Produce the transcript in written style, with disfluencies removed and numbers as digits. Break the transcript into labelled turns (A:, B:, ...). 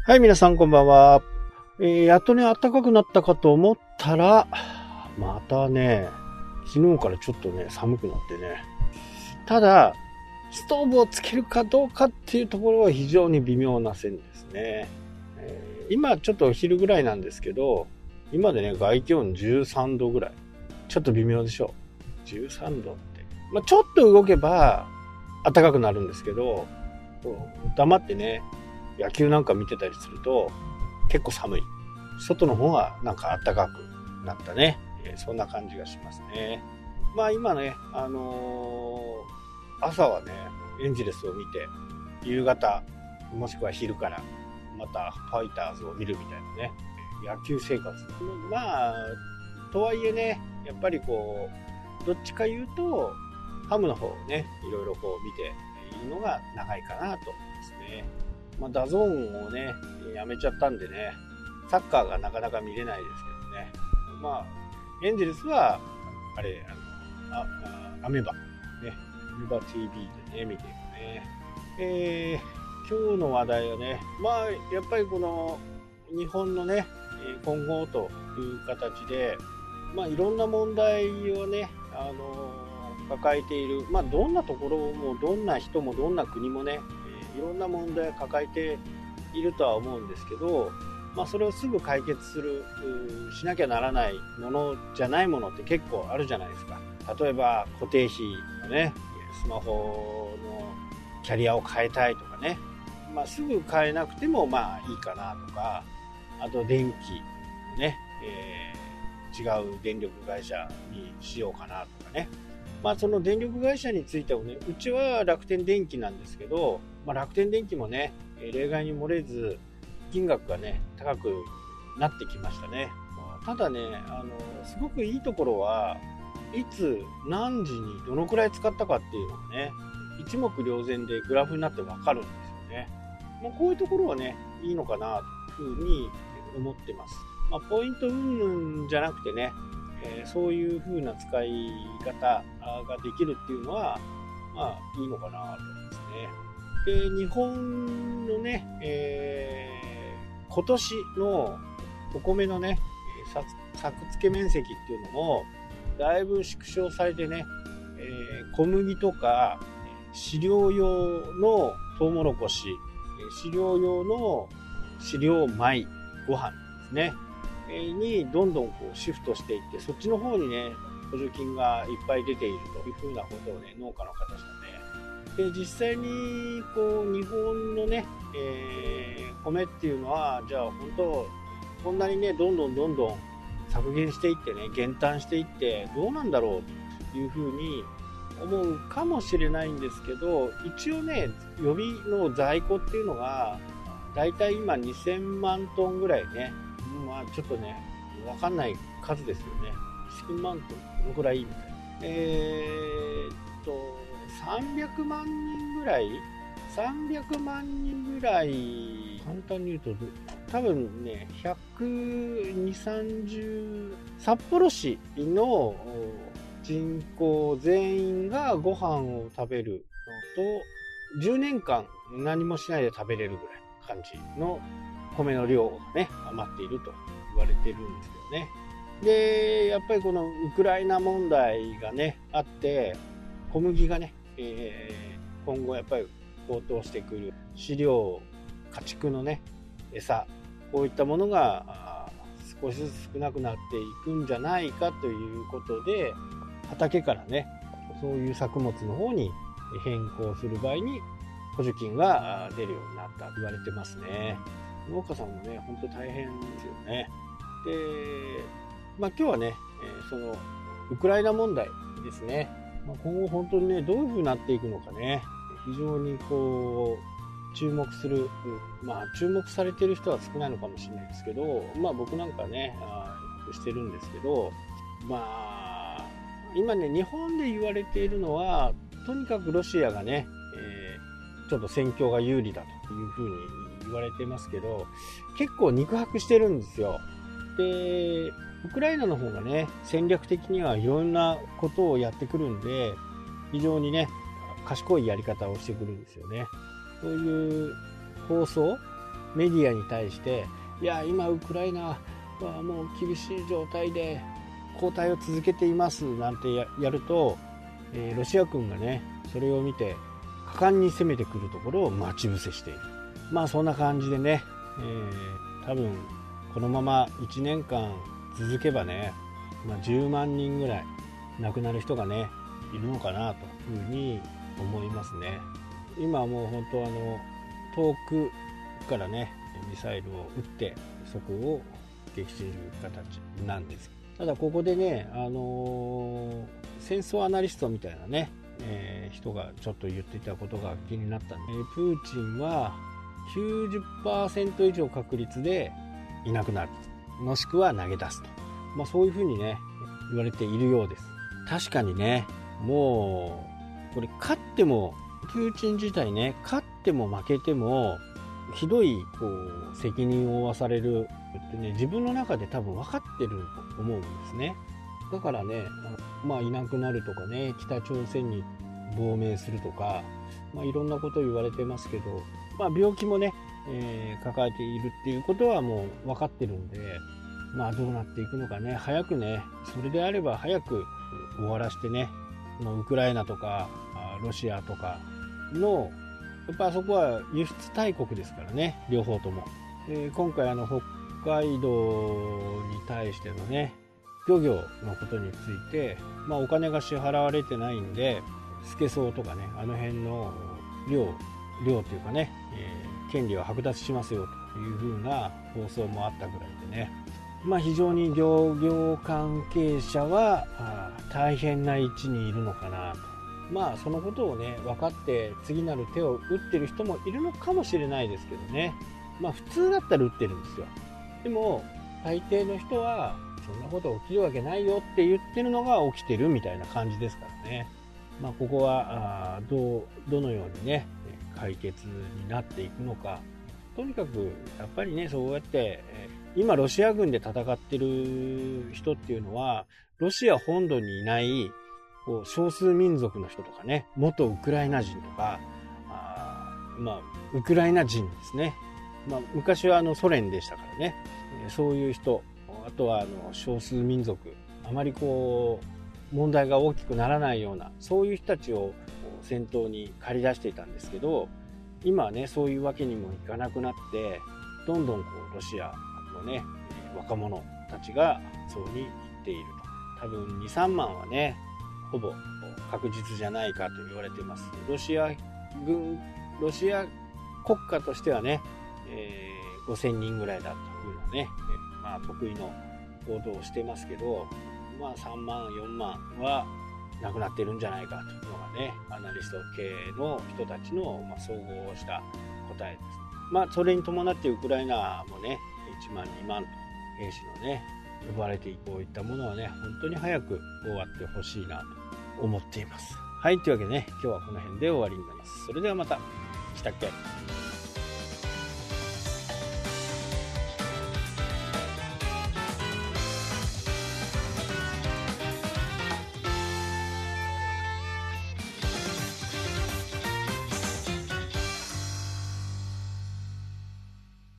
A: はい、皆さんこんばんは。やっとね、暖かくなったかと思ったら、またね、昨日からちょっとね、寒くなってね。ただ、ストーブをつけるかどうかっていうところは非常に微妙な線ですね。今ちょっとお昼ぐらいなんですけど、今でね、外気温13度ぐらい。ちょっと微妙でしょう。13度って。まあ、ちょっと動けば暖かくなるんですけど、黙ってね、野球なんか見てたりすると結構寒い。外の方がなんか暖かくなったね。そんな感じがしますね。まあ今ね、朝はね、エンジェルスを見て、夕方、もしくは昼からまたファイターズを見るみたいなね、野球生活。まあ、とはいえね、やっぱりこう、どっちか言うと、ハムの方をね、いろいろこう見ているのが長いかなと思いますね。まあ、ダゾーンをね、やめちゃったんでね、サッカーがなかなか見れないですけどね。まあ、エンゼルスは、あれ、アメバ、ね、アメバ TV でね、見てるね。今日の話題はね、まあ、やっぱりこの、日本のね、今後という形で、まあ、いろんな問題をね、抱えている、まあ、どんなところも、どんな人も、どんな国もね、いろんな問題を抱えているとは思うんですけど、まあ、それをすぐ解決しなきゃならないものじゃないものって結構あるじゃないですか。例えば固定費のね、スマホのキャリアを変えたいとかね、まあ、すぐ変えなくてもまあいいかなとか、あと電気ね、違う電力会社にしようかなとかね。まあ、その電力会社についてもね、うちは楽天電気なんですけど、まあ、楽天電気もね、例外に漏れず金額がね高くなってきましたね。ただね、すごくいいところはいつ何時にどのくらい使ったかっていうのがね、一目瞭然でグラフになって分かるんですよね。まあ、こういうところはねいいのかなというふうに思ってます。まあ、ポイント云々じゃなくてね、そういう風な使い方ができるっていうのはまあいいのかなと思いますね。で、日本のね、今年のお米のね作付け面積っていうのもだいぶ縮小されてね、小麦とか飼料用のトウモロコシ、飼料用の飼料米、ご飯ですね、にどんどんこうシフトしていって、そっちの方にね補助金がいっぱい出ているというふうなことをね農家の方したね。で、実際にこう日本のね、米っていうのはじゃあ本当こんなにねどんどん削減していってね減反していってどうなんだろうというふうに思うかもしれないんですけど、一応ね予備の在庫っていうのがだいたい今2000万トンぐらいね、まあちょっとね分かんない数ですよね。2000万トンどのくらいみたいな、300万人ぐらい300万人ぐらい、簡単に言うと多分ね120、30、札幌市の人口全員がご飯を食べるのと10年間何もしないで食べれるぐらい感じの米の量がね余っていると言われているんですけどね。で、やっぱりこのウクライナ問題がねあって小麦がね、今後やっぱり高騰してくる飼料、家畜のね餌、こういったものが少しずつ少なくなっていくんじゃないかということで、畑からねそういう作物の方に変更する場合に補助金が出るようになったと言われてますね。農家さんもね本当大変ですよね。で、まあ、今日はね、そのウクライナ問題ですね。まあ、今後本当にねどういう風になっていくのかね、非常にこう注目する、まあ注目されている人は少ないのかもしれないですけど、まあ僕なんかねしてるんですけど、まあ今ね日本で言われているのはとにかくロシアがね、ちょっと戦況が有利だというふうに言われてますけど、結構肉薄してるんですよ。で、ウクライナの方がね戦略的にはいろんなことをやってくるんで、非常にね賢いやり方をしてくるんですよね。そういう構想メディアに対していや今ウクライナはもう厳しい状態で後退を続けていますなんて やると、ロシア軍がねそれを見て果敢に攻めてくるところを待ち伏せしている。そんな感じでね、多分このまま1年間続けばね、10万人ぐらい亡くなる人がねいるのかなというふうに思いますね。今はもう本当遠くからねミサイルを撃ってそこを撃墜する形なんです。ただここでね、戦争アナリストみたいなね、人がちょっと言っていたことが気になったんで、プーチンは 90% 以上確率でいなくなる、もしくは投げ出すと、そういうふうにね言われているようです。確かにね、もうこれ勝ってもプーチン自体ね、勝っても負けてもひどい責任を負わされるってね、自分の中で多分分かってると思うんですね。だからね、いなくなるとかね、北朝鮮に亡命するとか、いろんなことを言われてますけど、病気もね、抱えているっていうことはもう分かってるんで、どうなっていくのかね、早くね、それであれば早く終わらしてね、ウクライナとかロシアとかのやっぱあそこは輸出大国ですからね、両方とも。今回北海道に対してのね漁業のことについて、お金が支払われてないんでスケソウとかね、あの辺の漁というかね、権利を剥奪しますよという風な放送もあったぐらいでね、非常に漁業関係者は大変な位置にいるのかなと。そのことをね分かって次なる手を打ってる人もいるのかもしれないですけどね。普通だったら打ってるんですよ。でも大抵の人はそんなこと起きるわけないよって言ってるのが起きてるみたいな感じですからね。ここはどのようにね解決になっていくのか。とにかくやっぱりね、そうやって今ロシア軍で戦ってる人っていうのはロシア本土にいない少数民族の人とかね、元ウクライナ人とか、ウクライナ人ですね。昔はソ連でしたからね、そういう人、あとは少数民族、あまり問題が大きくならないような、そういう人たちを先頭に駆り出していたんですけど、今はね、そういうわけにもいかなくなって、どんどんロシアのね、若者たちがそうに行っていると。多分2、3万はね、ほぼ確実じゃないかと言われています。ロシア国家としてはね、5000人ぐらいだというようなね、得意の報道をしてますけど、3万、4万はなくなってるんじゃないかというのがね、アナリスト系の人たちの総合した答えです。それに伴ってウクライナもね、1万、2万と兵士のね、呼ばれてこういったものはね、本当に早く終わってほしいなと思っています。はい、というわけでね、今日はこの辺で終わりになります。それではまた。したっけ。